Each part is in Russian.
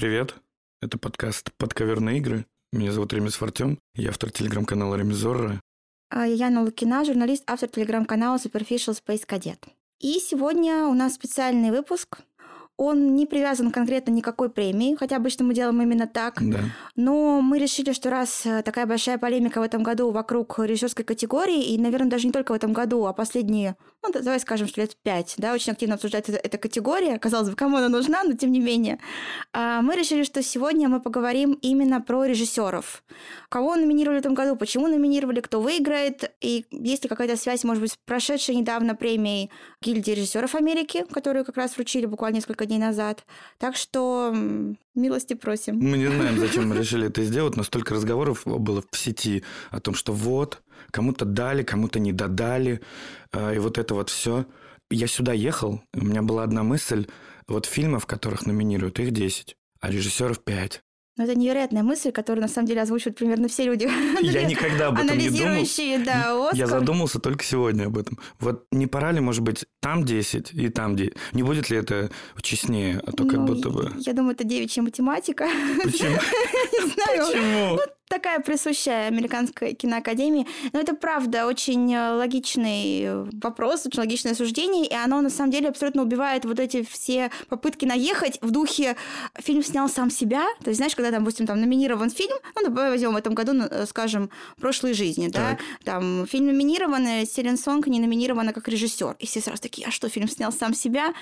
Привет, это подкаст «Подковерные игры». Меня зовут Ремез Артем, я автор телеграм-канала Ремезорро. Я Яна Лукина, журналист, автор телеграм-канала Superficial Space Cadet. И сегодня у нас специальный выпуск. Он не привязан конкретно ни к какой премии, хотя обычно мы делаем именно так. Да. Но мы решили, что раз такая большая полемика в этом году вокруг режиссерской категории, и, наверное, даже не только в этом году, а последние, давай скажем, что лет 5, да, очень активно обсуждается эта категория. Казалось бы, кому она нужна, но тем не менее. Мы решили, что сегодня мы поговорим именно про режиссеров. Кого номинировали в этом году, почему номинировали, кто выиграет, и есть ли какая-то связь, может быть, с прошедшей недавно премией Гильдии режиссеров Америки, которую как раз вручили буквально несколько дней назад. Так что милости просим. Мы не знаем, зачем мы решили это сделать, но столько разговоров было в сети о том, что вот, кому-то дали, кому-то не додали, и вот это вот все. Я сюда ехал, у меня была одна мысль, вот фильмов, которых номинируют, их 10, а режиссеров 5. Но это невероятная мысль, которую на самом деле озвучивают примерно все люди, Я никогда об этом не думал. Анализирующие, да, Оскар. Я задумался только сегодня об этом. Вот не пора ли, может быть, там 10 и там 10? Не будет ли это честнее? А то как будто бы... Я думаю, это девичья математика. Почему? Не знаю. Почему? Такая присущая Американской киноакадемии. Но это, правда, очень логичный вопрос, очень логичное суждение, и оно, на самом деле, абсолютно убивает вот эти все попытки наехать в духе «фильм снял сам себя». То есть, знаешь, когда, допустим, там номинирован фильм, давай возьмем в этом году, скажем, «Прошлые жизни», да, там фильм номинирован, Селин Сонг не номинирована как режиссер. И все сразу такие, а что, фильм снял сам себя?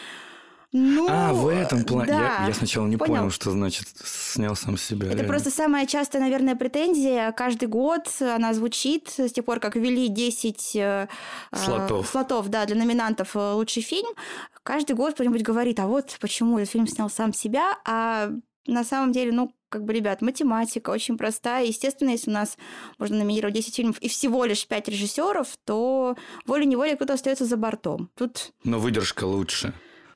В этом плане. Да, я сначала не понял, что значит снял сам себя. Это реально. просто самая частая, наверное, претензия. Каждый год она звучит с тех пор, как ввели 10 слотов для номинантов «Лучший фильм». Каждый год кто-нибудь говорит, а вот почему этот фильм снял сам себя, а на самом деле, ребят, математика очень простая. Естественно, если у нас можно номинировать 10 фильмов и всего лишь 5 режиссеров, то волей-неволей кто-то остается за бортом. Но выдержка лучше.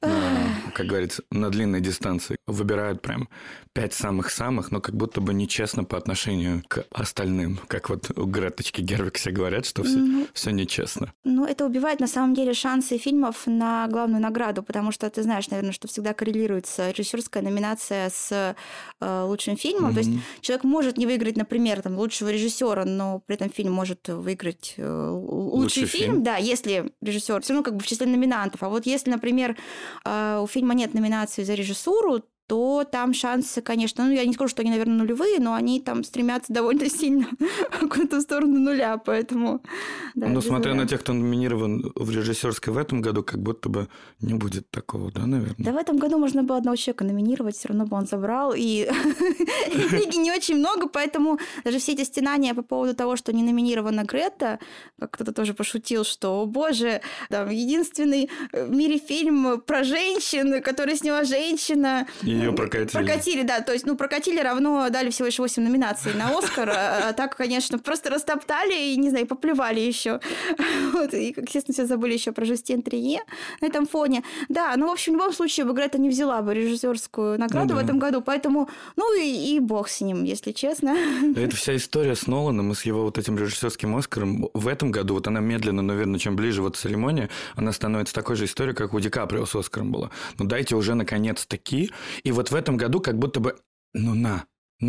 Как говорится, на длинной дистанции выбирают прям 5 самых-самых, но как будто бы нечестно по отношению к остальным. Как вот у Греточки Гервиг все говорят, что все нечестно. Это убивает на самом деле шансы фильмов на главную награду, потому что ты знаешь, наверное, что всегда коррелируется режиссерская номинация с лучшим фильмом. То есть человек может не выиграть, например, лучшего режиссера, но при этом фильм может выиграть лучший фильм, да, если режиссер все равно в числе номинантов. А вот если, например, у фильма нет номинации за режиссуру, то там шансы, конечно, я не скажу, что они, наверное, нулевые, но они там стремятся довольно сильно куда-то в сторону нуля, поэтому... Да, смотря на тех, кто номинирован в режиссерской в этом году, как будто бы не будет такого, да, наверное? Да, в этом году можно было одного человека номинировать, все равно бы он забрал, и интриги не очень много, поэтому даже все эти стенания по поводу того, что не номинирована Грета, как кто-то тоже пошутил, что, о боже, там, единственный в мире фильм про женщин, который сняла женщина... Ее прокатили. Прокатили, да. То есть, прокатили равно дали всего лишь 8 номинаций на Оскар. А так, конечно, просто растоптали и, не знаю, поплевали еще. И, естественно, все забыли еще про Жюстин Трие на этом фоне. Да, в общем, в любом случае, Грета не взяла бы режиссерскую награду в этом году, поэтому, и бог с ним, если честно. Это вся история с Ноланом и с его вот этим режиссерским Оскаром. В этом году, вот она медленно, наверное, чем ближе вот церемония, она становится такой же историей, как у Ди Каприо с Оскаром была. Дайте уже, наконец-таки. И вот в этом году как будто бы, на.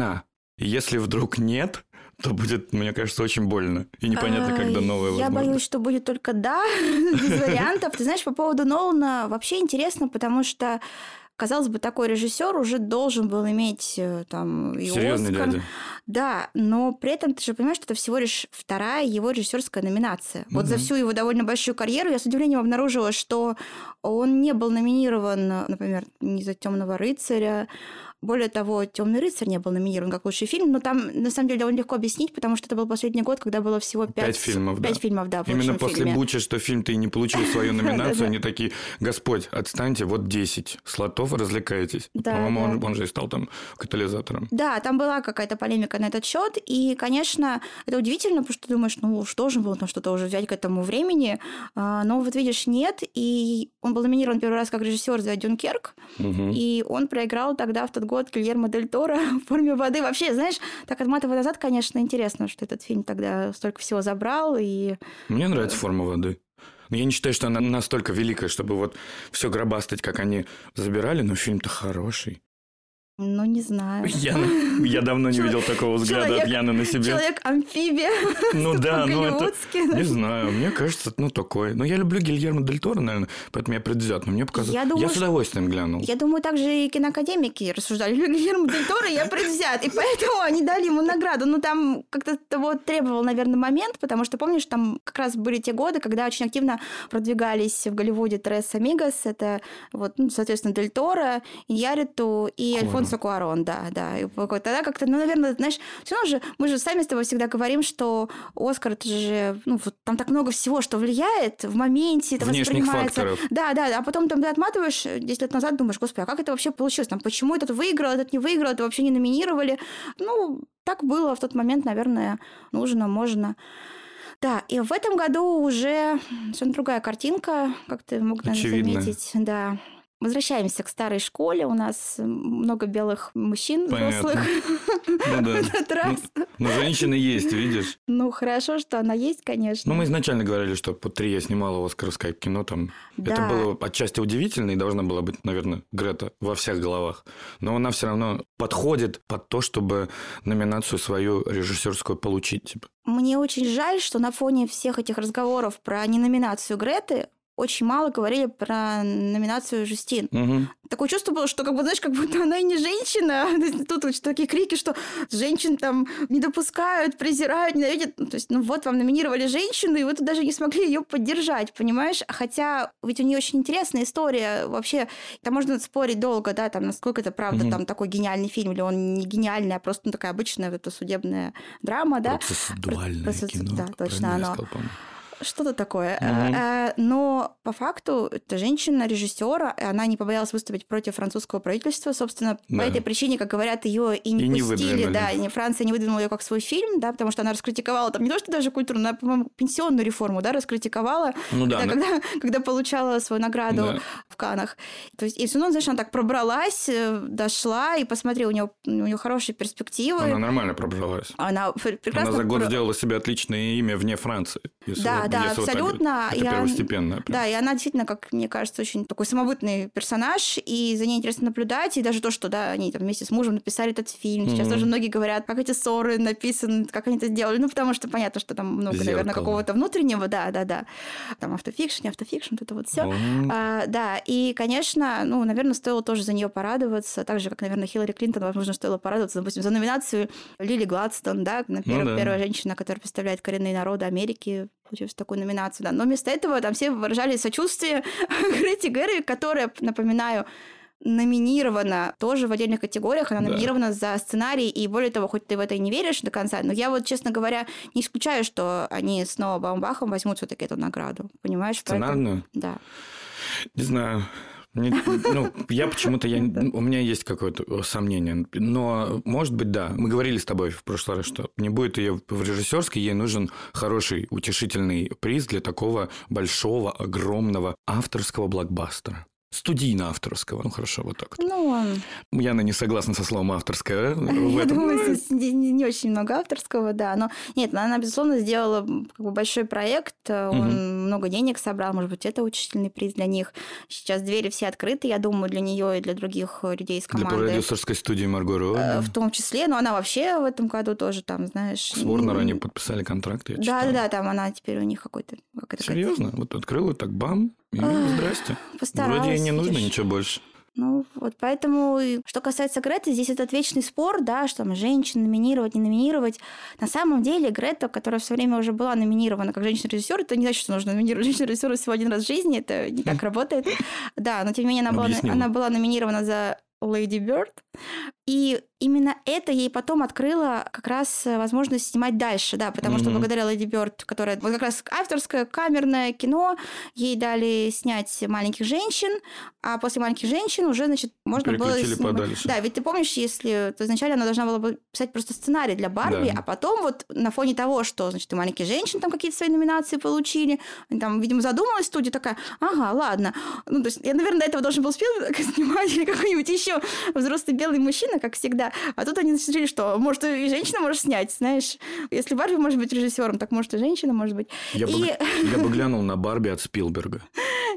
И если вдруг нет, то будет, мне кажется, очень больно. И непонятно, когда новое возможно. Я боюсь, что будет только да, без вариантов. Ты знаешь, по поводу Нолана вообще интересно, потому что, казалось бы, такой режиссер уже должен был иметь там и серьезный Оскар. дядя. Да, но при этом ты же понимаешь, что это всего лишь вторая его режиссерская номинация. Вот за всю его довольно большую карьеру я с удивлением обнаружила, что он не был номинирован, например, ни за «Темного рыцаря». Более того, «Темный рыцарь» не был номинирован как лучший фильм, но там, на самом деле, довольно легко объяснить, потому что это был последний год, когда было всего 5 фильмов. 5 фильмов, да, в именно лучшем после фильме. Бучи, что фильм ты не получил свою номинацию, они такие, Господь, отстаньте, вот 10 слотов, развлекайтесь. По-моему, он же и стал там катализатором. Да, там была какая-то полемика на этот счет, и, конечно, это удивительно, потому что ты думаешь, уж должен был там что-то уже взять к этому времени, но вот видишь, нет, и он был номинирован первый раз как режиссер за «Дюнкерк», и он проиграл тогда в тот год Гильермо дель Торо в «Форме воды». Вообще, знаешь, так отматывая назад, конечно, интересно, что этот фильм тогда столько всего забрал. И... Мне нравится «Форма воды». Но я не считаю, что она настолько великая, чтобы вот все гробастать, как они забирали, но фильм-то хороший. Ну, не знаю. Я давно не видел такого взгляда от Яны на себе. Человек-амфибия. Ну да, это... Не знаю, мне кажется, такой. Но я люблю Гильермо дель Торо, наверное, поэтому я предвзят. Но мне показалось... Я с удовольствием глянул. Я думаю, так же и киноакадемики рассуждали. Люблю Гильермо дель Торо, я предвзят. И поэтому они дали ему награду. Ну, там как-то того требовал, наверное, момент, потому что, помнишь, там как раз были те годы, когда очень активно продвигались в Голливуде Tres Amigos. Это, соответственно, дель Торо, Иньярриту и Альфонсо Куарон, да. И тогда как-то, наверное, знаешь, все равно же, мы же сами с тобой всегда говорим, что Оскар, это же, там так много всего, что влияет в моменте, это внешних воспринимается. Факторов. Да, а потом там ты отматываешь 10 лет назад, думаешь, господи, а как это вообще получилось? Там, почему этот выиграл, этот не выиграл, это вообще не номинировали? Так было в тот момент, наверное, нужно, можно. Да, и в этом году уже совершенно другая картинка, как ты мог, наверное, заметить. Да. Возвращаемся к старой школе. У нас много белых мужчин взрослых в этот раз. Но женщины есть, видишь? Хорошо, что она есть, конечно. Мы изначально говорили, что Трия снимала оскаровское кино. Там. Да. Это было отчасти удивительно, и должна была быть, наверное, Грета во всех головах. Но она все равно подходит под то, чтобы номинацию свою режиссерскую получить. Мне очень жаль, что на фоне всех этих разговоров про неноминацию Греты очень мало говорили про номинацию Жюстин. Угу. Такое чувство было, что, как будто она и не женщина. Тут такие крики, что женщин там не допускают, презирают, ненавидят. То есть, вам номинировали женщину, и вы тут даже не смогли ее поддержать, понимаешь? Хотя ведь у нее очень интересная история. Вообще, там можно спорить долго, да, там, насколько это правда там такой гениальный фильм, или он не гениальный, а просто такая обычная судебная драма, да? Процессуальное кино. Да, точно оно. Что-то такое. Угу. Но по факту это женщина-режиссер, она не побоялась выступить против французского правительства. Собственно, по этой причине, как говорят, ее и не пустили. Да, Франция не выдвинула ее как свой фильм, да, потому что она раскритиковала там не то, что даже культурную, она, по-моему, пенсионную реформу, да, раскритиковала, когда получала свою награду в Каннах. То есть, и все равно, знаешь, она так пробралась, дошла, и посмотри, у нее хорошие перспективы. Она нормально пробралась. Она прекрасно... Она за год сделала себе отличное имя вне Франции. Да, абсолютно. Это первостепенно. Да, и она действительно, как мне кажется, очень такой самобытный персонаж, и за ней интересно наблюдать, и даже то, что, да, они там вместе с мужем написали этот фильм. Сейчас тоже многие говорят, как эти ссоры написаны, как они это сделали. Потому что понятно, что там много, наверное, какого-то внутреннего, да. Там автофикшн, вот это вот все. Да, и, конечно, наверное, стоило тоже за нее порадоваться, так же, как, наверное, Хиллари Клинтон, возможно, стоило порадоваться, допустим, за номинацию Лили Гладстон, да, первая женщина, которая представляет коренные народы Америки, получив такую номинацию, да. Но вместо этого там все выражали сочувствие Грете Гервиг, которая, напоминаю, номинирована тоже в отдельных категориях. Она номинирована за сценарий, и более того, хоть ты в это и не веришь до конца, но я честно говоря, не исключаю, что они с Ноа Баумбахом возьмут все-таки эту награду. Понимаешь? Сценарную? Да. Не знаю. Я почему-то... У меня есть какое-то сомнение. Но, может быть, да. Мы говорили с тобой в прошлый раз, что не будет ее в режиссерской, ей нужен хороший, утешительный приз для такого большого, огромного авторского блокбастера. Студийно-авторского. Хорошо, вот так вот. Яна не согласна со словом «авторское». Я думаю, здесь не очень много авторского, да. Но нет, она, безусловно, сделала большой проект, он много денег собрал, может быть, это утешительный приз для них. Сейчас двери все открыты, я думаю, для нее и для других людей из команды. Для продюсерской студии Марго Роуби. В том числе, но она вообще в этом году тоже там, знаешь... С Warner они подписали контракт, я читал. Да, там она теперь у них какой-то... Серьезно? Вот открыла так, бам, и здрасте. Постаралась. Вроде ей не нужно ничего больше. Поэтому, что касается Греты, здесь этот вечный спор, да, что там женщин номинировать, не номинировать. На самом деле Грета, которая все время уже была номинирована как женщина-режиссер, это не значит, что нужно номинировать женщину-режиссера всего один раз в жизни, это не так работает. Да, но тем не менее она была номинирована за Lady Bird, и именно это ей потом открыло как раз возможность снимать дальше, да, потому что благодаря Lady Bird, которая как раз авторское камерное кино, ей дали снять «Маленьких женщин», а после «Маленьких женщин» уже, значит, можно было снимать... подальше. Да, ведь ты помнишь, если изначально она должна была бы писать просто сценарий для Барби, а потом на фоне того, что, значит, и «Маленькие женщины» там какие-то свои номинации получили, там, видимо, задумалась студия такая, ага, ладно. То есть, наверное, до этого должен был Спилберг снимать или какой-нибудь еще взрослый белый мужчина, как всегда. А тут они решили, что, может, и женщина может снять, знаешь. Если Барби может быть режиссером, так может и женщина может быть. Я бы глянул на Барби от Спилберга.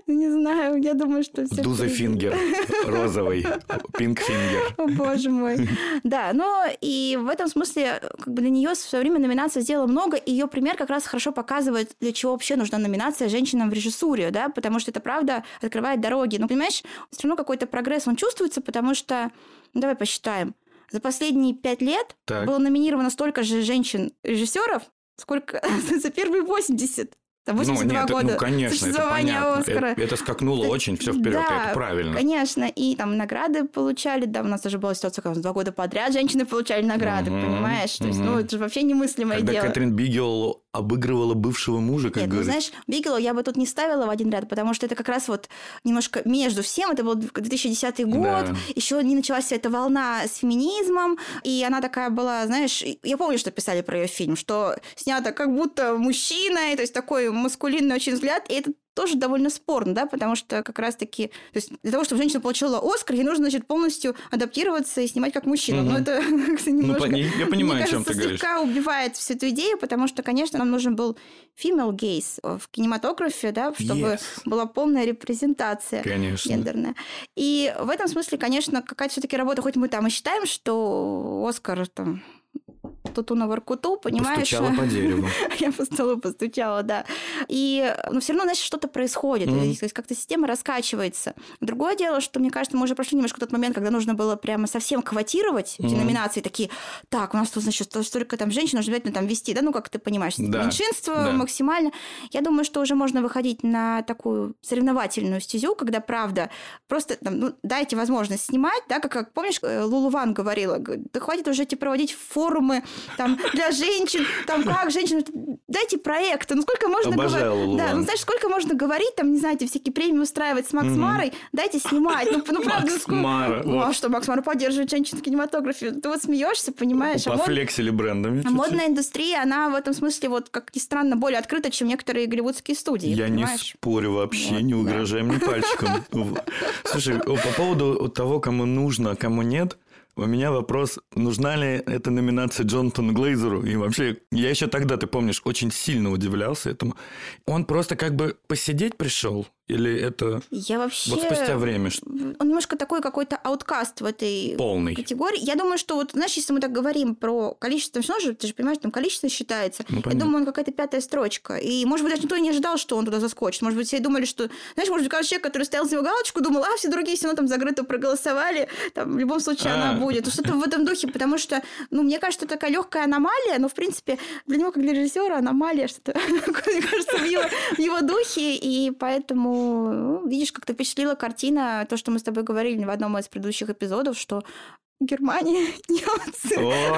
Не знаю, я думаю, что все. Дузефингер, розовый, пинкфингер. О, боже мой. Да, но и в этом смысле как бы для нее в свое время номинация сделала много, и ее пример как раз хорошо показывает, для чего вообще нужна номинация женщинам в режиссуре, да, потому что это, правда, открывает дороги. Но, понимаешь, все равно какой-то прогресс, он чувствуется, потому что, ну, давай посчитаем, за последние 5 лет было номинировано столько же женщин-режиссеров, сколько за первые 80. 82 года конечно, существования Оскара. Это скакнуло очень все вперед, да, это правильно. Конечно, и там награды получали, да, у нас тоже была ситуация, когда 2 года подряд женщины получали награды, понимаешь? То есть, ну, это же вообще немыслимое когда дело. Когда Кэтрин Бигелоу обыгрывала бывшего мужа, как говорится. Знаешь, Бигелоу я бы тут не ставила в один ряд, потому что это как раз вот немножко между всем, это был 2010 год, да. Еще не началась вся эта волна с феминизмом, и она такая была, знаешь, я помню, что писали про ее фильм, что снято как будто мужчиной, то есть такой маскулинный очень взгляд, и это тоже довольно спорно, да, потому что как раз-таки, то есть для того, чтобы женщина получила Оскар, ей нужно, значит, полностью адаптироваться и снимать как мужчина. Но это немножко, я понимаю, о чем ты говоришь. Слегка убивает всю эту идею, потому что, конечно, нам нужен был female gaze в кинематографе, да, чтобы была полная репрезентация гендерная. И в этом смысле, конечно, какая-то все-таки работа, хоть мы там и считаем, что Оскар там Туту на Воркуту, понимаешь? Постучала по дереву. Я по столу постучала, да. И, но все равно, значит, что-то происходит. То есть как-то система раскачивается. Другое дело, что, мне кажется, мы уже прошли немножко тот момент, когда нужно было прямо совсем квотировать эти номинации. Такие, так, у нас тут, значит, столько там женщин, нужно обязательно там вести, да, ну, как ты понимаешь, меньшинство максимально. Я думаю, что уже можно выходить на такую соревновательную стезю, когда, правда, просто там, ну, дайте возможность снимать, да, как помнишь, Лулу Ван говорила, да хватит уже форумы там, для женщин, там, как женщины, дайте проекты, ну, сколько можно говорить, да, ну, знаешь, сколько можно говорить, там, не знаю, всякие премии устраивать с Макс Марой, дайте снимать, ну, правда, Макс Мара, ну, а что, Макс Мара поддерживает женщин в кинематографе, ты вот смеешься, понимаешь? Пофлексили брендами. А модная индустрия, она в этом смысле, вот, как ни странно, более открыта, чем некоторые голливудские студии, я понимаешь? Не спорю вообще, вот, не угрожай мне пальчиком. Слушай, по поводу того, кому нужно, а кому нет, у меня вопрос, нужна ли эта номинация Джонатану Глейзеру? И вообще, я еще тогда, ты помнишь, очень сильно удивлялся этому. Он просто как бы посидеть пришел? Или это я вообще... вот спустя время? Он немножко такой какой-то ауткаст в этой категории. Я думаю, что вот, знаешь, если мы так говорим про количество, все равно же, ты же понимаешь, там количество считается. Ну, я думаю, он какая-то 5-я строчка. И, может быть, даже никто и не ожидал, что он туда заскочит. Может быть, все думали, что... Знаешь, может быть, каждый человек, который стоял за его галочку, думал, все другие все равно там за Грету проголосовали, там, в любом случае она будет. Что-то в этом духе, потому что, ну, мне кажется, это такая легкая аномалия, но, в принципе, для него, как для режиссера, аномалия, что-то, мне кажется, в его духе, и поэтому видишь, как-то впечатлила картина, то, что мы с тобой говорили в одном из предыдущих эпизодов, что Германия, немцы.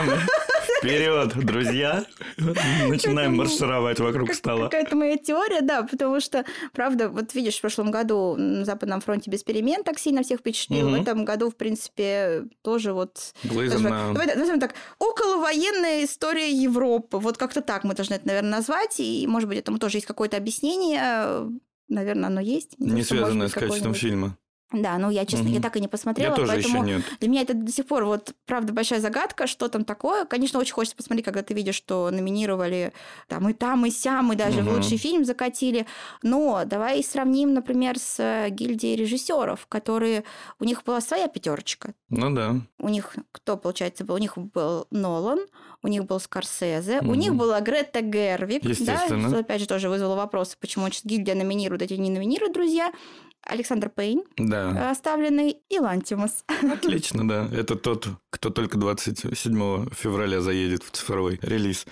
Вперед, друзья! Начинаем маршировать вокруг стола. Какая-то моя теория, да, потому что, правда, вот видишь, в прошлом году на Западном фронте без перемен так сильно всех впечатлил. В этом году, в принципе, тоже вот... Давай назовем так, околовоенная история Европы. Вот как-то так мы должны это, наверное, назвать. И, может быть, этому тоже есть какое-то объяснение. Наверное, оно есть. Не связанное с качеством фильма. Да, ну я, честно, я так и не посмотрела, я тоже поэтому еще нет. Для меня это до сих пор, вот, правда, большая загадка, что там такое. Конечно, очень хочется посмотреть, когда ты видишь, что номинировали там, и сям, и даже в лучший фильм закатили. Но давай сравним, например, с гильдией режиссеров, которые... У них была своя 5. Ну да. У них, кто, получается, был? У них был Нолан, у них был Скорсезе, у них была Грета Гервиг, да, что, опять же, тоже вызвало вопросы, почему гильдия номинирует, эти не номинируют, друзья. Александр Пейн, оставленный, и Лантимос. Отлично, да. Это тот, кто только 27 февраля заедет в цифровой релиз.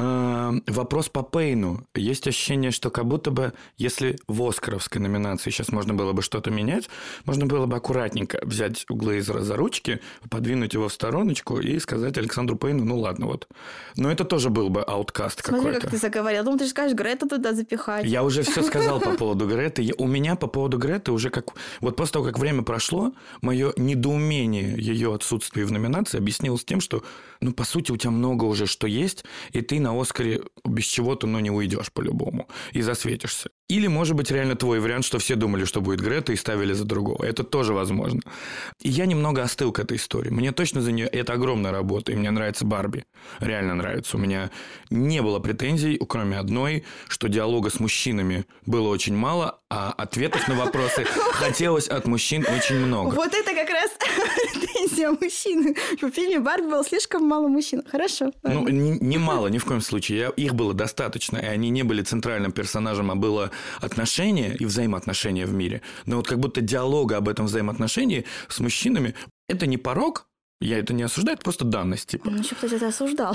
Вопрос по Пейну. Есть ощущение, что как будто бы, если в оскаровской номинации сейчас можно было бы что-то менять, можно было бы аккуратненько взять у Глейзера за ручки, подвинуть его в стороночку и сказать Александру Пейну, ну ладно, вот. Но это тоже был бы ауткаст какой-то. Смотри, как ты заговорил. Думаю, ты же скажешь, Грету туда запихать. Я уже все сказал по поводу Греты. У меня по поводу Греты уже как... Вот после того, как время прошло, мое недоумение ее отсутствия в номинации объяснилось тем, что, ну, по сути, у тебя много уже что есть, и ты на Оскаре без чего-то, но не уйдешь по-любому. И засветишься. Или, может быть, реально твой вариант, что все думали, что будет Грета, и ставили за другого. Это тоже возможно. И я немного остыл к этой истории. Мне точно за нее... Это огромная работа, и мне нравится Барби. Реально нравится. У меня не было претензий, кроме одной, что диалога с мужчинами было очень мало, а ответов на вопросы хотелось от мужчин очень много. Вот это как раз претензия мужчин. В фильме Барби было слишком мало мужчин. Хорошо. Ну, не мало, ни в коем случае. Их было достаточно, и они не были центральным персонажем, а было отношение и взаимоотношения в мире. Но вот как будто диалога об этом взаимоотношении с мужчинами – это не порок. Я это не осуждаю, это просто данность, типа. Ну, еще кто-то это осуждал.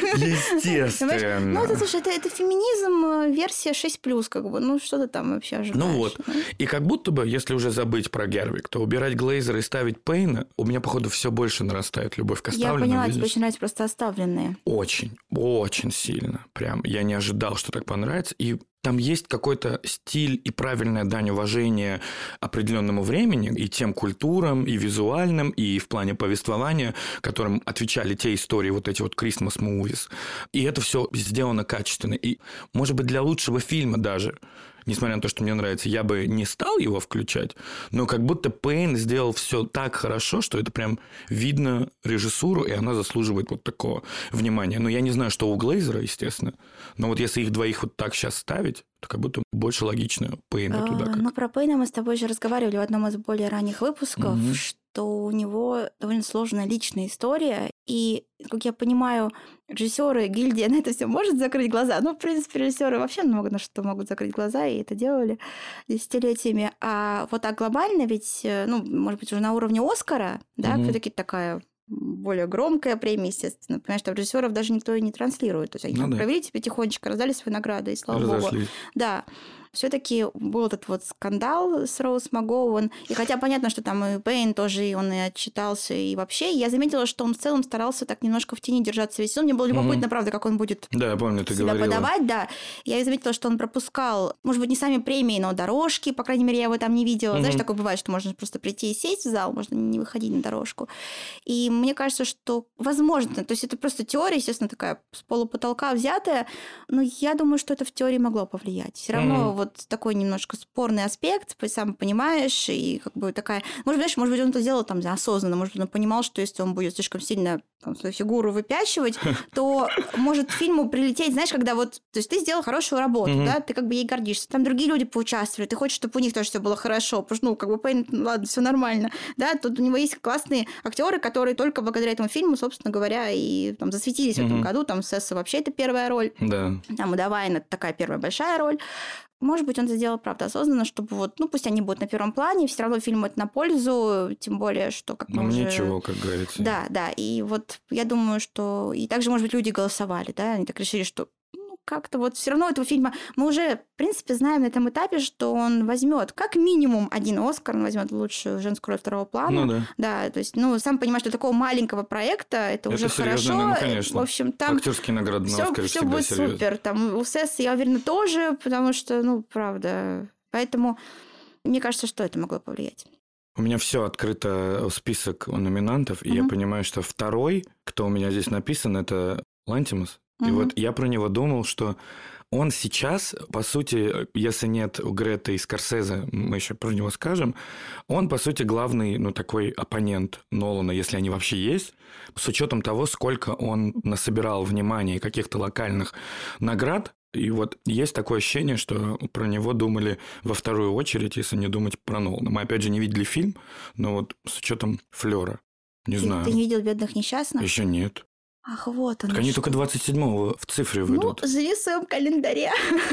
Естественно. Ну, слушай, это феминизм версия 6+, как бы. Ну, что ты там вообще ожидаешь? Ну вот. И как будто бы, если уже забыть про Гервиг, то убирать Глейзера и ставить Пейна, у меня, походу, все больше нарастает любовь к оставленным. Я поняла, тебе очень нравятся просто оставленные. Очень, очень сильно. Прям я не ожидал, что так понравится. И там есть какой-то стиль и правильная дань уважения определенному времени, и тем культурам, и визуальным, и в плане повествования, которым отвечали те истории, вот эти вот Christmas movies. И это все сделано качественно. И, может быть, для лучшего фильма даже, несмотря на то, что мне нравится, я бы не стал его включать, но как будто Пейн сделал все так хорошо, что это прям видно режиссуру, и она заслуживает вот такого внимания. Но я не знаю, что у Глейзера, естественно, но вот если их двоих вот так сейчас ставить, то как будто больше логично Пейна туда. Ну, про Пейна мы с тобой уже разговаривали в одном из более ранних выпусков, что у него довольно сложная личная история, и, как я понимаю, режиссеры, гильдия на это все может закрыть глаза. Ну, в принципе, режиссеры вообще много на что могут закрыть глаза, и это делали десятилетиями. А вот так глобально ведь, ну, может быть, уже на уровне Оскара, да, все-таки такая более громкая премия, естественно. Понимаешь, что режиссеров даже никто и не транслирует. То есть они провели тебе тихонечко, раздали свои награды, и слава богу. Да. Все-таки был этот вот скандал с Роуз МакГоуан. И хотя понятно, что там и Пейн тоже, и он и отчитался, и вообще, я заметила, что он в целом старался так немножко в тени держаться весь сезон. Мне было любопытно, правда, как он будет я помню, ты себя говорила. подавать. Да. Я заметила, что он пропускал, может быть, не сами премии, но дорожки, по крайней мере, я его там не видела. Знаешь, такое бывает, что можно просто прийти и сесть в зал, можно не выходить на дорожку. И мне кажется, что возможно, то есть это просто теория, естественно, такая с полупотолка взятая, но я думаю, что это в теории могло повлиять. Все равно вот такой немножко спорный аспект, сам понимаешь, и как бы такая... Может быть, он это делал там осознанно, может быть, он понимал, что если он будет слишком сильно там свою фигуру выпячивать, то может фильму прилететь, знаешь, когда вот... То есть ты сделал хорошую работу, да, ты как бы ей гордишься. Там другие люди поучаствовали, ты хочешь, чтобы у них тоже все было хорошо, потому что, ну, как бы, Пейн, ладно, все нормально, да, тут у него есть классные актеры, которые только благодаря этому фильму, собственно говоря, и там засветились в этом году, там Сесса вообще это первая роль, там у Давайн это такая первая большая роль. Может быть, он это сделал, правда, осознанно, чтобы вот, ну, пусть они будут на первом плане, все равно фильму это на пользу, тем более, что как мы уже... ничего, как говорится. Да, и вот я думаю, что... И также, может быть, люди голосовали, да, они так решили, что как-то вот все равно этого фильма мы уже, в принципе, знаем на этом этапе, что он возьмет как минимум один Оскар, он возьмет лучшую женскую роль второго плана. Ну да. Да, то есть, ну, сам понимаешь, что такого маленького проекта это уже хорошо. Ну, конечно. В общем, там актерские награды на Оскаре все всегда будет серьезно. супер. Там у Сессы, я уверена, тоже, потому что, ну, правда. Поэтому мне кажется, что это могло повлиять. У меня все открыто, список номинантов, и я понимаю, что второй, кто у меня здесь написан, это Лантимос. И вот я про него думал, что он сейчас, по сути, если нет у Греты и Скорсезе, мы еще про него скажем, он, по сути, главный, ну, такой оппонент Нолана, если они вообще есть, с учетом того, сколько он насобирал внимания и каких-то локальных наград. И вот есть такое ощущение, что про него думали во вторую очередь, если не думать про Нолана. Мы, опять же, не видели фильм, но вот с учетом флера. Не знаю. Ты не видел «Бедных несчастных»? Еще нет. Ах, вот он. Так они только 27-го в цифре выйдут. Ну, живи в своем календаре.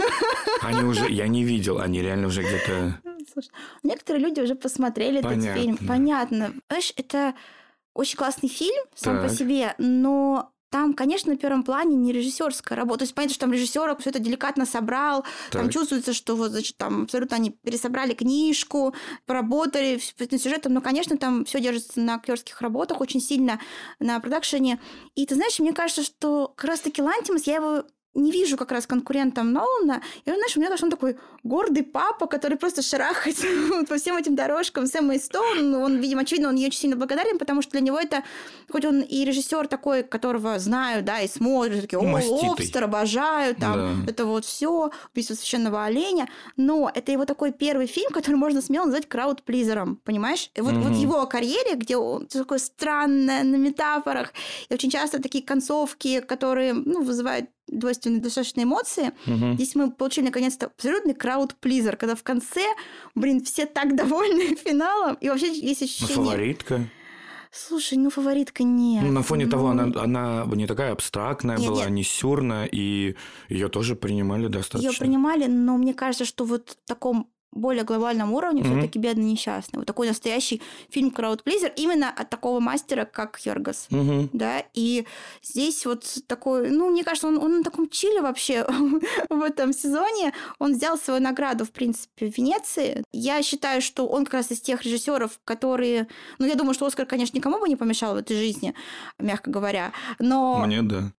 Они уже, я не видел, они реально уже где-то... Слушай, некоторые люди уже посмотрели этот фильм. Понятно. Знаешь, это очень классный фильм сам по себе, но там, конечно, на первом плане не режиссерская работа. То есть понятно, что там режиссер все это деликатно собрал. Там чувствуется, что вот, значит, там абсолютно они пересобрали книжку, поработали над сюжетом. Но, конечно, там все держится на актерских работах очень сильно, на продакшене. И ты знаешь, мне кажется, что как раз-таки Лантимос, я его не вижу как раз конкурентом Нолана. И, знаешь, у меня он такой гордый папа, который просто шарахается по всем этим дорожкам с Эммой Стоун. Он, видимо, очевидно, он ей очень сильно благодарен, потому что для него это, хоть он и режиссер такой, которого знаю, да, и смотрю, такие, Лобстер, обожаю, там, это вот все, убийство священного оленя. Но это его такой первый фильм, который можно смело назвать краудплизером, понимаешь? Вот в его карьере, где он такой странный, на метафорах, и очень часто такие концовки, которые, вызывают двойственные достаточно эмоции. Здесь мы получили, наконец-то, абсолютный краудплизер, когда в конце, все так довольны финалом, и вообще есть ощущение... Фаворитка. Слушай, фаворитка нет. На фоне того, она не такая абстрактная была, не сюрная, и ее тоже принимали достаточно. Ее принимали, но мне кажется, что вот в таком более глобальном уровне все-таки «Бедный несчастный». Вот такой настоящий фильм краудплизер именно от такого мастера, как Йоргос. Да? И здесь вот такой... мне кажется, он на таком чиле вообще в этом сезоне. Он взял свою награду, в принципе, в Венеции. Я считаю, что он как раз из тех режиссеров, которые... я думаю, что Оскар, конечно, никому бы не помешал в этой жизни, мягко говоря. Но... Мне, да.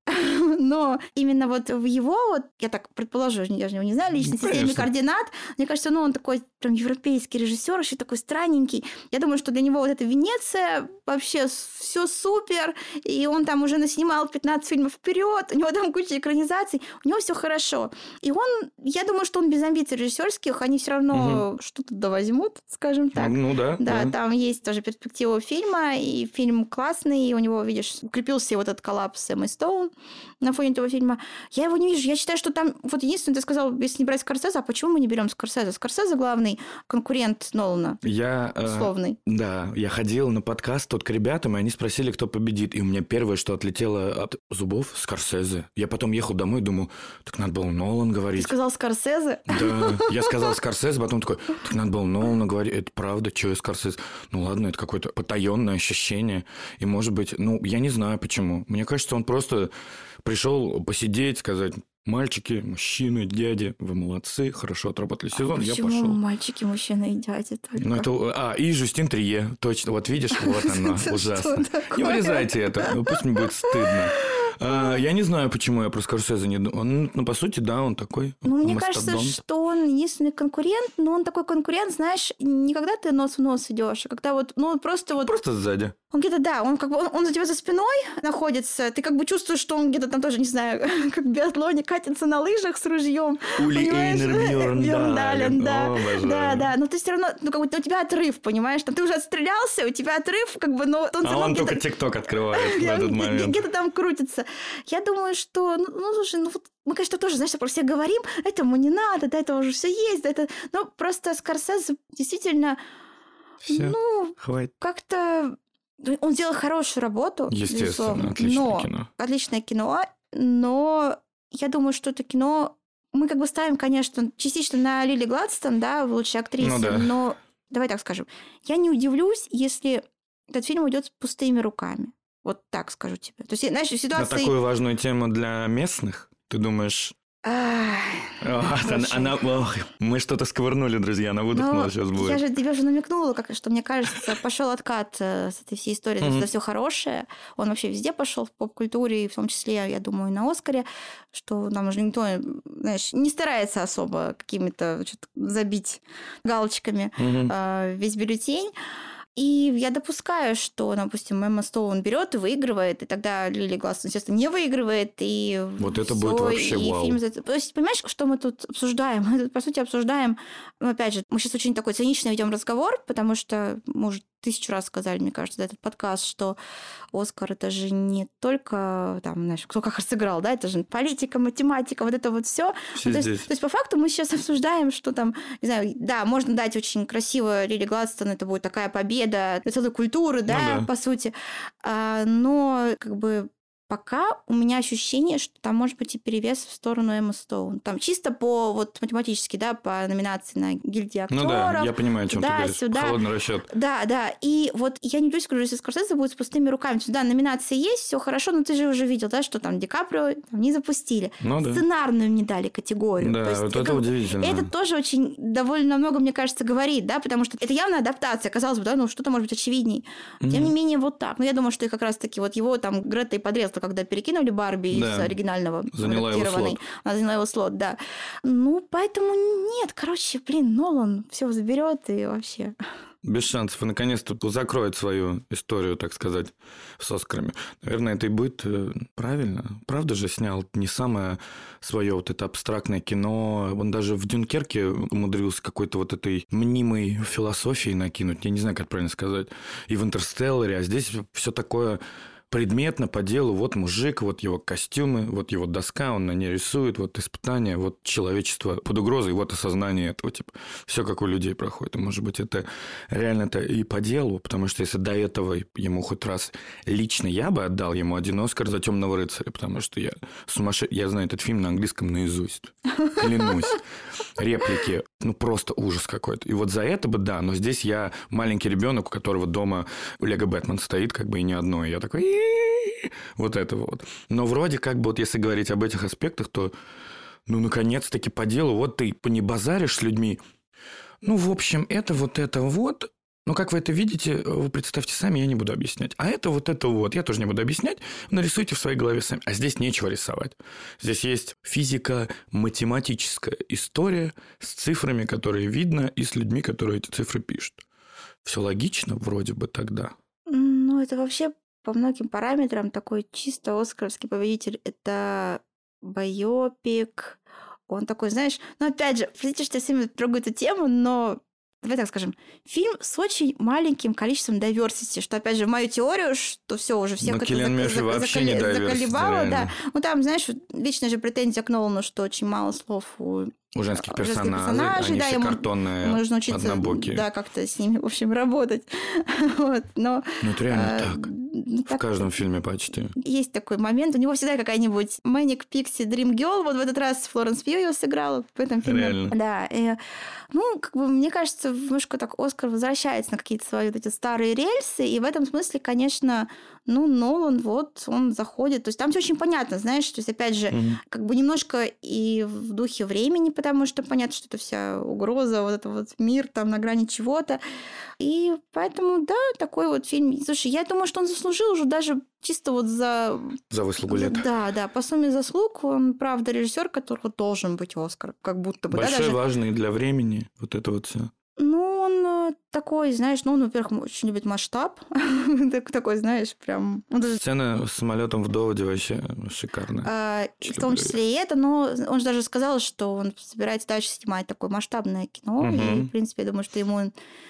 Но именно вот в его, я так предположу, я же его не знаю, личной системе координат, мне кажется, он такой прям европейский режиссер, еще такой странненький. Я думаю, что для него вот эта Венеция вообще все супер, и он там уже наснимал 15 фильмов вперед, у него там куча экранизаций, у него все хорошо. И я думаю, что он без амбиций режиссерских, они все равно что-то довозьмут, скажем так. Да, там есть тоже перспектива фильма, и фильм классный, и у него, видишь, укрепился вот этот коллапс с Эммой Стоун на фоне этого фильма. Я его не вижу. Я считаю, что там... Вот единственное, ты сказал, если не брать Скорсезе, а почему мы не берем Скорсезе? Скорсезе главный конкурент Нолана. Условный. Да, я ходил на подкаст тут к ребятам, и они спросили, кто победит. И у меня первое, что отлетело от зубов, Скорсезе. Я потом ехал домой и думал, так надо было Нолан говорить. Ты сказал Скорсезе? Да, я сказал Скорсезе, потом такой, так надо было Нолана говорить. Это правда, что я Скорсезе? Ладно, это какое-то потаенное ощущение. И, может быть, я не знаю почему. Мне кажется, он просто пришел посидеть, сказать... Мальчики, мужчины, дяди, вы молодцы, хорошо отработали сезон, я пошел. Почему мальчики, мужчины и дяди только? И Жюстин Трие, точно, вот видишь, вот она, ужасно. Не вырезайте это, пусть мне будет стыдно. Я не знаю, почему я про Скорсезе не думаю. По сути, да, он такой мне кажется, что он единственный конкурент, но он такой конкурент, знаешь, не когда ты нос в нос идешь, а когда просто... Просто сзади. Он где-то, да, он за тебя за спиной находится, ты как бы чувствуешь, что он где-то там тоже, не знаю, как в биатлоне катится на лыжах с ружьем. Ули Эйнер Бьерндален, да, но ты все равно, у тебя отрыв, понимаешь, там ты уже отстрелялся, у тебя отрыв, но он только ТикТок открывает в этот момент. Где-то там крутится. Я думаю, что, слушай, мы, конечно, тоже, знаешь, про всех говорим, этому не надо, да, это уже все есть, просто Скорсезе действительно, хватит. Как-то он сделал хорошую работу, естественно, отличное кино, но я думаю, что это кино мы как бы ставим, конечно, частично на Лили Гладстон, да, в лучшей актрисе, но давай так скажем, я не удивлюсь, если этот фильм уйдет с пустыми руками. Вот так скажу тебе. То есть, знаешь, ситуация... На такую важную тему для местных, ты думаешь... Мы что-то сковырнули, друзья, она выдохнула, сейчас будет. Я же тебе уже намекнула, что мне кажется, пошел откат с этой всей историей, это все хорошее. Он вообще везде пошел в поп-культуре, и в том числе, я думаю, и на Оскаре, что нам уже никто, знаешь, не старается особо какими-то забить галочками весь бюллетень. И я допускаю, что, допустим, Эмма Стоун берет и выигрывает, и тогда Лили Гладстон, естественно, не выигрывает, и вот это будет вообще вау. Фильм... То есть, понимаешь, что мы тут обсуждаем? Мы тут, по сути, обсуждаем... опять же, мы сейчас очень такой циничный ведем разговор, потому что мы уже 1000 раз сказали, мне кажется, за этот подкаст, что Оскар — это же не только, там, знаешь, кто как сыграл, да, это же политика, математика, вот это вот все. То есть, по факту мы сейчас обсуждаем, что там, не знаю, да, можно дать очень красиво Лили Гладстон, это будет такая победа для целой культуры, да, по сути, но как бы пока у меня ощущение, что там может быть и перевес в сторону Эммы Стоун. Там чисто по математически, да, по номинации на гильдии актеров. Ну да, я понимаю, о чем ты говоришь. Холодный расчет. Да. И вот я не удивлюсь, если Скорсезе будет с пустыми руками. Да, номинации есть, все хорошо, но ты же уже видел, да, что там Ди Каприо не запустили. Сценарную не дали категорию. Да, есть, вот это удивительно. Это тоже очень довольно много, мне кажется, говорит, да, потому что это явно адаптация. Казалось бы, да, что-то может быть очевидней. Тем не менее, вот так. Но я думаю, что и как раз-таки вот его там Грета и подрез просто когда перекинули Барби из оригинального заняла его слот. Она заняла его слот, да. Ну, поэтому нет, короче, Нолан все заберет и вообще... Без шансов. И, наконец-то, закроет свою историю, так сказать, с Оскарами. Наверное, это и будет правильно. Правда же снял не самое свое вот это абстрактное кино. Он даже в «Дюнкерке» умудрился какой-то вот этой мнимой философией накинуть. Я не знаю, как правильно сказать. И в «Интерстелларе». А здесь все такое... предметно, по делу, вот мужик, вот его костюмы, вот его доска, он на ней рисует, вот испытания, вот человечество под угрозой, вот осознание этого, типа, все как у людей проходит. И, может быть, это реально-то и по делу, потому что если до этого ему хоть раз лично я бы отдал ему один Оскар за «Темного рыцаря», потому что я сумасшедший, я знаю этот фильм на английском наизусть, клянусь. Реплики, просто ужас какой-то. И вот за это бы, да, но здесь я маленький ребенок, у которого дома Лего Бэтмен стоит, как бы и не одно, и я такой... Вот этого вот. Но вроде как бы, вот если говорить об этих аспектах, то, наконец-таки по делу, вот ты не базаришь с людьми. В общем, это вот. Но как вы это видите, вы представьте сами, я не буду объяснять. А это вот, я тоже не буду объяснять. Нарисуйте в своей голове сами. А здесь нечего рисовать. Здесь есть физико-математическая история с цифрами, которые видно, и с людьми, которые эти цифры пишут. Все логично вроде бы тогда. Это вообще... По многим параметрам такой чисто оскаровский победитель. Это байопик. Он такой, знаешь... опять же, простите, что я всеми трогаю эту тему, но... Давай так скажем. Фильм с очень маленьким количеством diversity, что, опять же, в мою теорию, что все уже всех это заколебало. Да. Там, знаешь, вечная же претензия к Нолану, что очень мало слов у женских персонажей, они все картонные, нужно учиться, однобокие. Да, как-то с ними, в общем, работать. Но это реально так. В каждом фильме почти. Есть такой момент. У него всегда какая-нибудь Manic Pixie Dream Girl. Вот в этот раз Флоренс Пью ее сыграла в этом фильме. Реально. Да. И, мне кажется, немножко так Оскар возвращается на какие-то свои вот эти старые рельсы. И в этом смысле, конечно, Нолан, вот, он заходит. То есть там все очень понятно, знаешь. То есть, опять же, как бы немножко и в духе времени, потому что понятно, что это вся угроза, вот это вот мир там на грани чего-то. И поэтому, да, такой вот фильм. Слушай, я думаю, что он заслужил уже даже чисто вот за выслугу лет. Да, по сумме заслуг он, правда, режиссер, которого должен быть Оскар, как будто бы. Большой, важный для времени, вот это вот все. Он такой, знаешь, он, во-первых, очень любит масштаб. Такой, знаешь, прям... Сцена с самолетом в Доводе вообще шикарная. В том числе и это, но он же даже сказал, что он собирается дальше снимать такое масштабное кино. И, в принципе, я думаю, что ему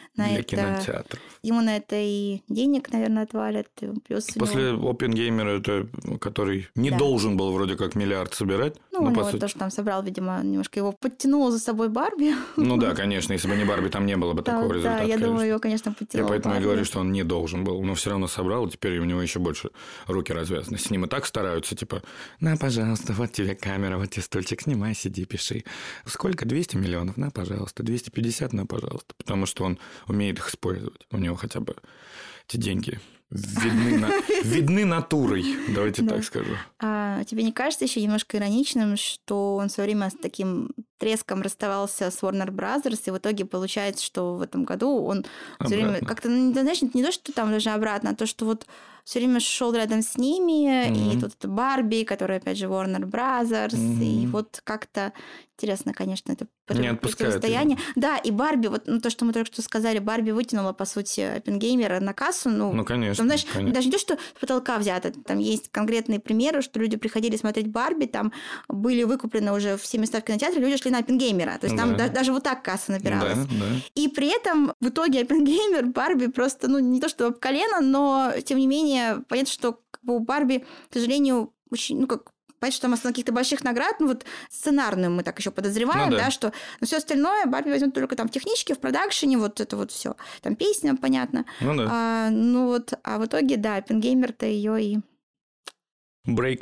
на это и денег, наверное, отвалят. Плюс после Оппенгеймера, который не должен был вроде как миллиард собирать. У него тоже там собрал, видимо, немножко его подтянуло за собой Барби. Да, конечно, если бы не Барби, там не было бы такого результата. Да, я думаю, его, конечно, подтянуло. Я поэтому и говорю, что он не должен был. Но все равно собрал, и теперь у него еще больше руки развязаны. С ним и так стараются, типа, на, пожалуйста, вот тебе камера, вот тебе стульчик, снимай, сиди, пиши. Сколько? 200 миллионов? На, пожалуйста. 250? На, пожалуйста. Потому что он умеет их использовать. У него хотя бы эти деньги видны натурой, давайте так скажу. А тебе не кажется еще немножко ироничным, что он в свое время с таким треском расставался с Warner Brothers, и в итоге получается, что в этом году он все время как-то, знаешь, не то, что там даже обратно, а то, что вот все время шел рядом с ними, и тут это Барби, которая, опять же, Warner Brothers, и вот как-то интересно, конечно, это противостояние. Да, и Барби, вот то, что мы только что сказали, Барби вытянула, по сути, Оппенгеймера на кассу. Конечно. Там, знаешь, конечно. даже не то, что с потолка взято, там есть конкретные примеры, что люди приходили смотреть Барби, там были выкуплены уже все места в кинотеатре, люди шли на Оппенгеймера. То есть там даже вот так касса набиралась. Да. И при этом в итоге Оппенгеймер Барби просто, не то что об колено, но тем не менее понятно, что у Барби, к сожалению, очень, понятно, что там основа каких-то больших наград, вот сценарную мы так еще подозреваем, что все остальное Барби возьмет только там в техничке, в продакшене, вот это вот все. Там песня, понятно. А в итоге, да, Оппенгеймер-то ее и... Брейк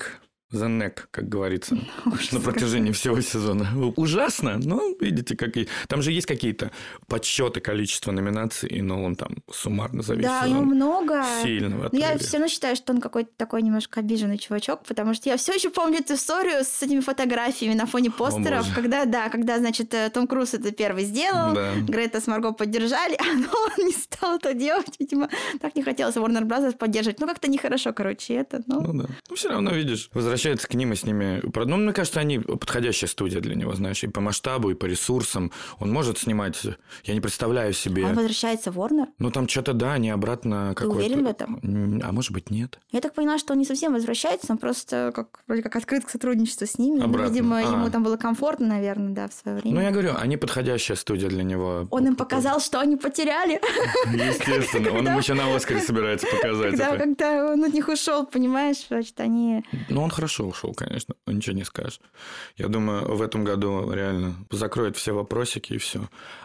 the neck, как говорится, на протяжении всего сезона. Ужасно, но видите, какие... Там же есть какие-то подсчеты количества номинаций, и Нолан там суммарно за весь сезон. Да, ему много. Сильно в Но я отрыве. все равно считаю, что он какой-то такой немножко обиженный чувачок, потому что я все еще помню эту историю с этими фотографиями на фоне постеров, когда, значит, Том Круз это первый сделал, Грета с Марго поддержали, а Нолан не стал это делать, видимо, так не хотелось Warner Bros. Поддерживать. Ну, как-то нехорошо, короче, это. Ну, да. Ну, все равно, видишь, возвращается к ним и с ними... Ну, мне кажется, они подходящая студия для него, знаешь, и по масштабу, и по ресурсам. Он может снимать... Я не представляю себе... Он возвращается в Warner? Ну, там что-то, да, они обратно какой-то... Ты уверен в этом? А может быть, нет. Я так поняла, что он не совсем возвращается, он просто вроде как открыт к сотрудничеству с ними. Обратно. Видимо, ему там было комфортно, наверное, да, в свое время. Ну, я говорю, они подходящая студия для него. Он им показал, что они потеряли. Естественно, он им еще на Оскаре собирается показать это. Когда он от них ушел, понимаешь, значит, они... Ну, он хорошо ушел, конечно, ничего не скажешь. Я думаю, в этом году реально закроет все вопросики и все.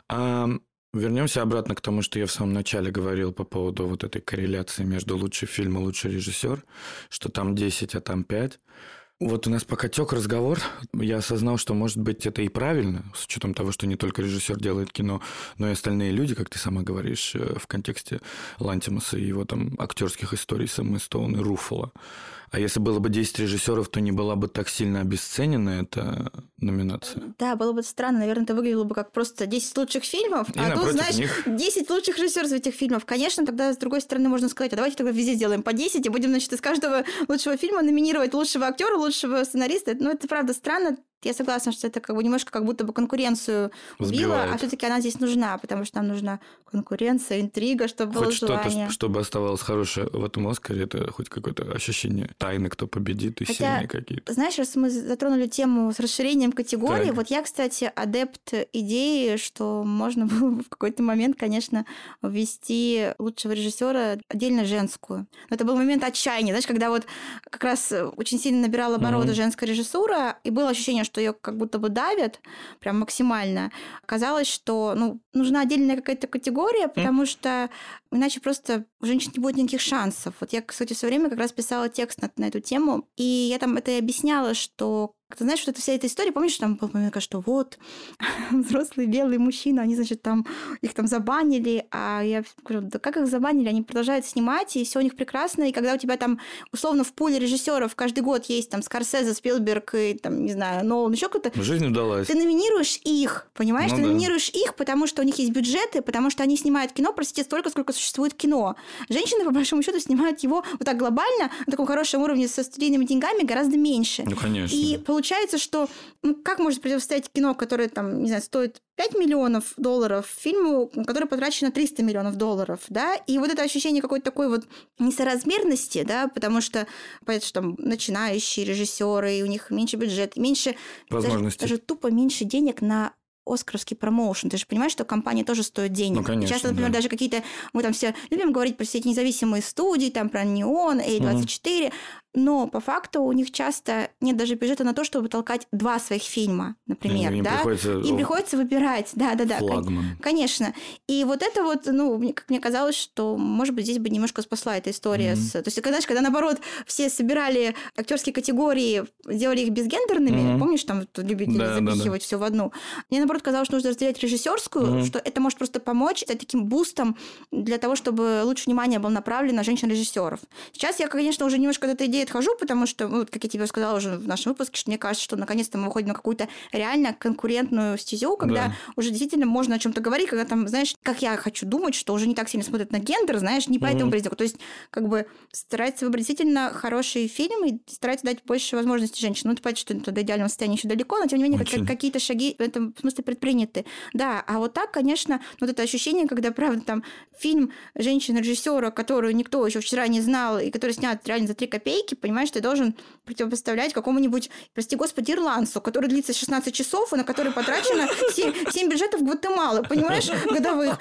А вернемся обратно к тому, что я в самом начале говорил по поводу вот этой корреляции между лучший фильм и лучший режиссер, что там 10, а там 5. Вот у нас пока тек разговор, я осознал, что, может быть, это и правильно, с учетом того, что не только режиссер делает кино, но и остальные люди, как ты сама говоришь, в контексте Лантимоса и его там актерских историй с Эммой Стоун и Руффало. А если было бы 10 режиссеров, то не была бы так сильно обесценена эта номинация. Да, было бы странно. Наверное, это выглядело бы как просто 10 лучших фильмов, И а тут, знаешь, них... 10 лучших режиссеров этих фильмов. Конечно, тогда, с другой стороны, можно сказать, а давайте тогда везде сделаем по 10 и будем, значит, из каждого лучшего фильма номинировать лучшего актера, лучшего сценариста. Ну, это правда странно. Я согласна, что это как бы немножко как будто бы конкуренцию убила, а все-таки она здесь нужна, потому что нам нужна конкуренция, интрига, чтобы было желание. Что-то, чтобы оставалось хорошее в этом Оскаре, это хоть какое-то ощущение тайны, кто победит, и сильные какие-то. Знаешь, раз мы затронули тему с расширением категории, вот я, кстати, адепт идеи, что можно было бы в какой-то момент, конечно, ввести лучшего режиссера отдельно женскую. Но это был момент отчаяния, знаешь, когда вот как раз очень сильно набирала обороты женская режиссура, и было ощущение, что ее как будто бы давят прям максимально. Казалось, что нужна отдельная какая-то категория, потому что иначе просто у женщин не будет никаких шансов. Вот я, кстати, в свое время как раз писала текст на эту тему, и я там это и объясняла, что ты знаешь, вот эта вся эта история, помнишь, там был момент, что вот взрослые белые мужчины, они, значит, там их там забанили, а я говорю, да как их забанили? Они продолжают снимать, и все у них прекрасно, и когда у тебя там условно в пуле режиссеров каждый год есть там Скорсезе, Спилберг и там, не знаю, Нолан, еще кто-то. Жизнь удалась. Ты номинируешь их, понимаешь? Ты номинируешь их, потому что у них есть бюджеты, потому что они снимают кино, простите, столько, сколько существует кино. Женщины, по большому счету, снимают его вот так глобально, на таком хорошем уровне со студийными деньгами гораздо меньше. Ну, конечно. И получается, что как может противостоять кино, которое там, не знаю, стоит $5 миллионов фильму, который потрачено $300 миллионов, да, и вот это ощущение какой-то такой вот несоразмерности, да, потому что, понятно, что там начинающие режиссеры, и у них меньше бюджет, меньше возможностей, даже тупо меньше денег на оскаровский промоушен. Ты же понимаешь, что компания тоже стоит денег. Ну, конечно, часто, например, даже какие-то... Мы там все любим говорить про все эти независимые студии, там про Neon, A24, но по факту у них часто нет даже бюджета на то, чтобы толкать 2 своих фильма, например. Им приходится выбирать. Да. Флагман. Конечно. И вот это вот, как мне казалось, что, может быть, здесь бы немножко спасла эта история. То есть, когда наоборот, все собирали актерские категории, делали их безгендерными, помнишь, там любители запихивать все в одну. Мне, наоборот, казалось, что нужно разделять режиссерскую, что это может просто помочь, стать таким бустом для того, чтобы лучше внимание было направлено на женщин-режиссеров. Сейчас я, конечно, уже немножко от этой идеи отхожу, потому что, как я тебе сказала уже в нашем выпуске, что мне кажется, что наконец-то мы выходим на какую-то реально конкурентную стезю, когда уже действительно можно о чем-то говорить, когда там, знаешь, как я хочу думать, что уже не так сильно смотрят на гендер, знаешь, не по этому признаку. То есть, как бы старается выбрать действительно хорошие фильмы и старается дать больше возможностей женщинам. Это понятно, что до идеального состояния еще далеко, но тем не менее какие-то шаги в этом смысле предприняты. Да, а вот так, конечно, вот это ощущение, когда, правда, там фильм женщины-режиссера, которую никто еще вчера не знал, и который снят реально за 3 копейки, понимаешь, ты должен противопоставлять какому-нибудь, прости господи, ирландцу, который длится 16 часов, и на который потрачено 7 бюджетов Гватемалы, понимаешь, годовых.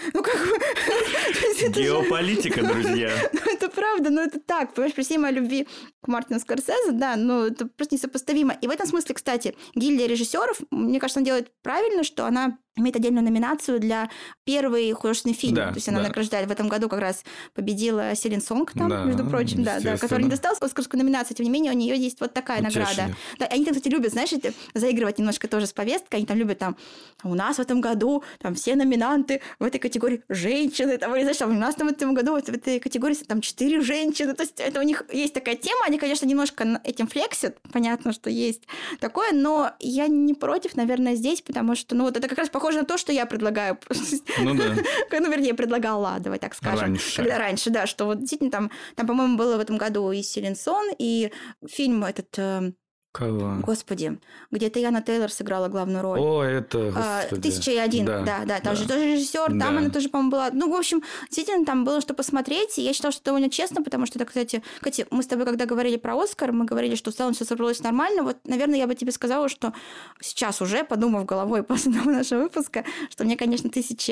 Геополитика, друзья. Это правда, но это так, понимаешь, при всей моей любви к Мартину Скорсезе, да, но это просто несопоставимо. И в этом смысле, кстати, гильдия режиссеров, мне кажется, она делает правильно, что она имеет отдельную номинацию для первый художественный фильм. Да, То есть она награждает. В этом году как раз победила Селин Сонг там, Да, между прочим, да, которая не досталась оскарскую номинацию, тем не менее у нее есть вот такая награда. Да, они там, кстати, любят, знаешь, заигрывать немножко тоже с повесткой. Они там любят там, у нас в этом году там все номинанты в этой категории женщины, там, или, знаешь, там, у нас там в этом году в этой категории там 4 женщины. То есть это у них есть такая тема, они, конечно, немножко этим флексят, понятно, что есть такое, но я не против, наверное, здесь, потому что, ну, вот это как раз похоже на то, что я предлагаю. Ну, да. Ну, вернее, предлагала, давай так скажем. Раньше, да, что вот действительно там, по-моему, было в этом году и Селин Сон, и фильм этот... Кого? Господи, где Таяна Тейлор сыграла главную роль. О, это, господи. 1001, да, там же тоже режиссер, там она тоже, по-моему, была. Ну, в общем, действительно, там было что посмотреть, и я считала, что довольно честно, потому что это, кстати, мы с тобой, когда говорили про «Оскар», мы говорили, что в целом все собралось нормально. Вот, наверное, я бы тебе сказала, что сейчас уже, подумав головой после нашего выпуска, что мне, конечно,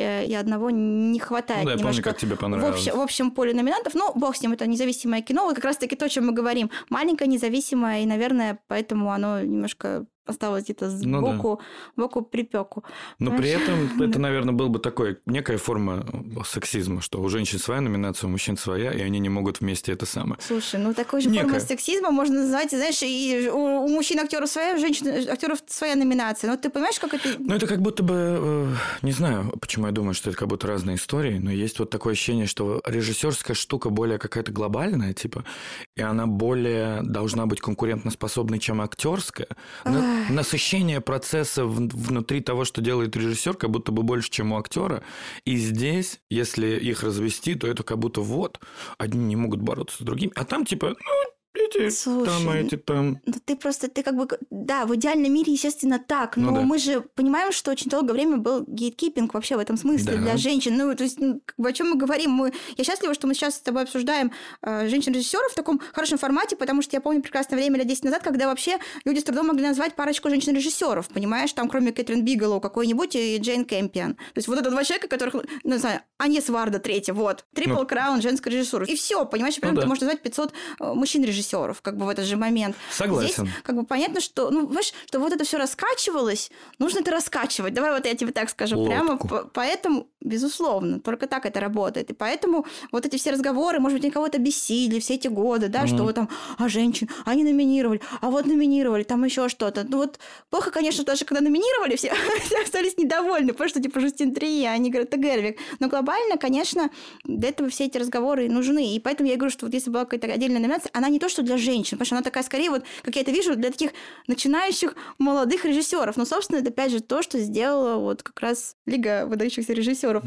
1001 не хватает. Ну, да, я помню, как тебе понравилось. В общем поле номинантов, но бог с ним, это независимое кино, вот как раз-таки то, о чем мы говорим. Маленькое, независимое, и, наверное, поэтому оно немножко осталось где-то сбоку, боку припеку. Но при этом это, наверное, был бы такой некая форма сексизма, что у женщин своя номинация, у мужчин своя, и они не могут вместе это самое. Слушай, ну такой же форма сексизма можно назвать, знаешь, и у мужчин актеров своя, у женщин актеров своя номинация. Но ты понимаешь, как это? Ну это как будто бы, не знаю, почему я думаю, что это как будто разные истории, но есть вот такое ощущение, что режиссерская штука более какая-то глобальная, типа, и она более должна быть конкурентоспособной, чем актерская. Насыщение процесса внутри того, что делает режиссер, как будто бы больше, чем у актера. И здесь, если их развести, то это как будто вот одни не могут бороться с другими, а там типа эти там, а эти там. Ну ты как бы, да, в идеальном мире, естественно, так, но мы же понимаем, что очень долгое время был гейткипинг вообще в этом смысле для женщин. Ну, то есть, как бы, о чем мы говорим? Я счастлива, что мы сейчас с тобой обсуждаем женщин-режиссеров в таком хорошем формате, потому что я помню прекрасное время лет 10 назад, когда вообще люди с трудом могли назвать парочку женщин-режиссеров, понимаешь, там, кроме Кэтрин Бигелоу какой-нибудь и Джейн Кэмпион. То есть, вот это два человека, которых, не знаю, Аньес Варда третья, вот, Трипл Краун, женская режиссура. И все, понимаешь, прям ты можешь назвать 500 мужчин-режиссеров, как бы в этот же момент. Согласен. Здесь, как бы понятно, что, ну, знаешь, что вот это все раскачивалось, нужно это раскачивать. Давай вот я тебе так скажу. Лодку. Прямо поэтому, безусловно, только так это работает. И поэтому вот эти все разговоры, может быть, они кого-то бесили все эти годы, да, что вот там, женщин, они номинировали, а вот номинировали, там еще что-то. Ну вот плохо, конечно, даже когда номинировали, все остались недовольны, потому что типа Жюстин Трие, они говорят, это Гервиг. Но глобально, конечно, для этого все эти разговоры нужны. И поэтому я говорю, что вот если была какая-то отдельная номинация, она не то, что для женщин, потому что она такая, скорее, вот, как я это вижу, для таких начинающих молодых режиссеров. Но, собственно, это, опять же, то, что сделала вот как раз Лига выдающихся режиссеров.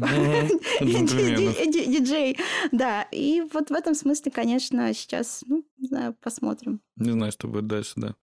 Диджей. Да, и вот в этом смысле, конечно, сейчас, ну, не знаю, посмотрим. Не знаю, что будет дальше, да.